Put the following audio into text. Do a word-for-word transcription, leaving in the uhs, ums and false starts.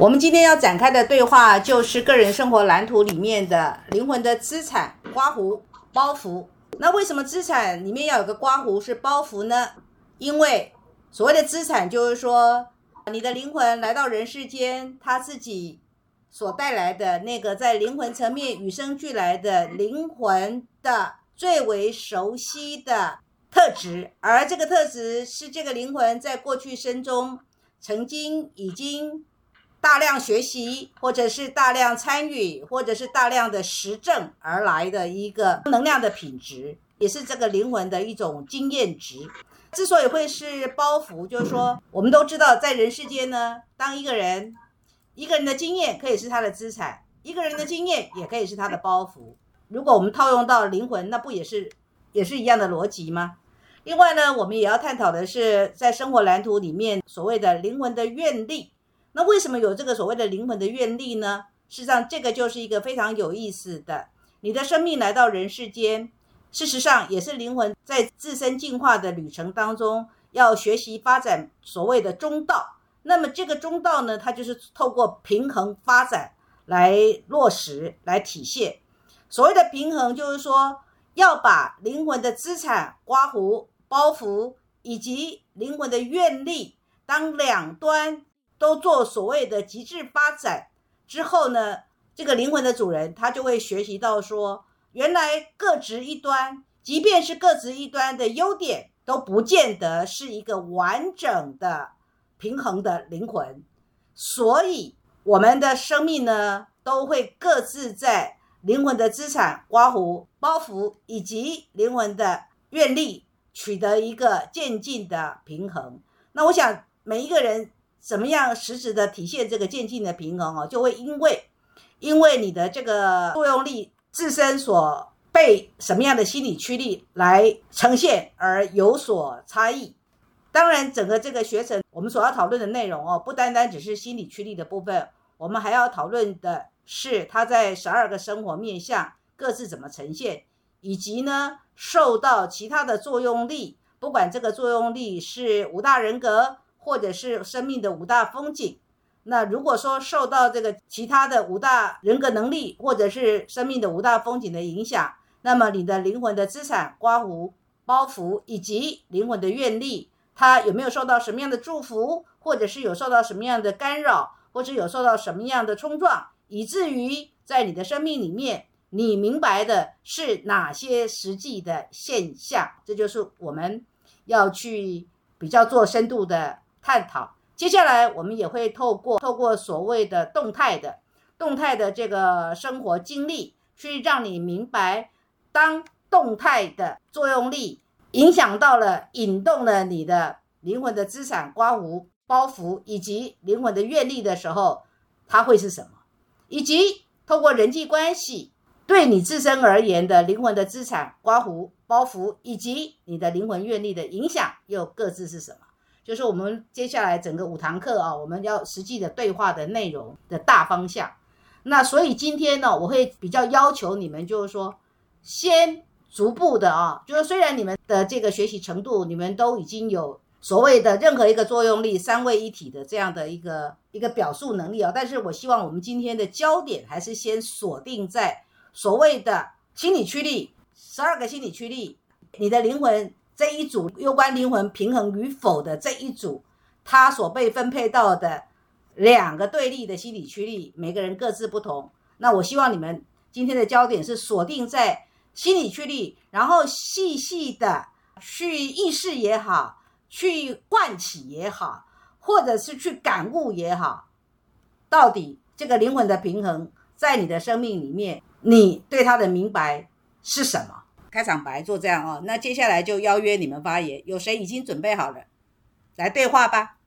我们今天要展开的对话就是个人生活蓝图里面的灵魂的资产、刮胡、包袱。那为什么资产里面要有个刮胡是包袱呢？因为所谓的资产就是说你的灵魂来到人世间，他自己所带来的那个在灵魂层面与生俱来的灵魂的最为熟悉的特质，而这个特质是这个灵魂在过去生中曾经已经大量学习，或者是大量参与，或者是大量的实证而来的一个能量的品质，也是这个灵魂的一种经验值。之所以会是包袱，就是说我们都知道在人世间呢，当一个人一个人的经验可以是他的资产，一个人的经验也可以是他的包袱。如果我们套用到灵魂，那不也是也是一样的逻辑吗？另外呢，我们也要探讨的是在生活蓝图里面所谓的灵魂的愿力。那为什么有这个所谓的灵魂的愿力呢？事实上这个就是一个非常有意思的，你的生命来到人世间，事实上也是灵魂在自身进化的旅程当中要学习发展所谓的中道。那么这个中道呢，它就是透过平衡发展来落实来体现。所谓的平衡就是说要把灵魂的资产、刮胡、包袱以及灵魂的愿力当两端都做所谓的极致发展之后呢，这个灵魂的主人他就会学习到说，原来各执一端，即便是各执一端的优点都不见得是一个完整的平衡的灵魂。所以我们的生命呢，都会各自在灵魂的资产、刮胡、包袱以及灵魂的愿力取得一个渐进的平衡。那我想每一个人怎么样实质的体现这个渐进的平衡哦，就会因为因为你的这个作用力自身所被什么样的心理驱力来呈现而有所差异。当然整个这个学程我们所要讨论的内容哦，不单单只是心理驱力的部分，我们还要讨论的是它在十二个生活面向各自怎么呈现，以及呢受到其他的作用力，不管这个作用力是五大人格或者是生命的五大风景。那如果说受到这个其他的五大人格能力或者是生命的五大风景的影响，那么你的灵魂的资产、刮胡、包袱以及灵魂的愿力，它有没有受到什么样的祝福，或者是有受到什么样的干扰，或者有受到什么样的冲撞，以至于在你的生命里面你明白的是哪些实际的现象。这就是我们要去比较做深度的探讨。接下来我们也会透过透过所谓的动态的动态的这个生活经历，去让你明白，当动态的作用力影响到了引动了你的灵魂的资产、刮胡、包袱以及灵魂的愿力的时候，它会是什么，以及透过人际关系对你自身而言的灵魂的资产、刮胡、包袱以及你的灵魂愿力的影响又各自是什么。就是我们接下来整个五堂课啊，我们要实际的对话的内容的大方向。那所以今天呢，我会比较要求你们，就是说先逐步的啊，就是虽然你们的这个学习程度，你们都已经有所谓的任何一个作用力三位一体的这样的一个一个表述能力啊，但是我希望我们今天的焦点还是先锁定在所谓的心理驱力，十二个心理驱力，你的灵魂这一组有关灵魂平衡与否的这一组，它所被分配到的两个对立的心理驱力，每个人各自不同。那我希望你们今天的焦点是锁定在心理驱力，然后细细的去意识也好，去唤起也好，或者是去感悟也好，到底这个灵魂的平衡在你的生命里面，你对它的明白是什么。开场白做这样哦，那接下来就邀约你们发言，有谁已经准备好了？来对话吧。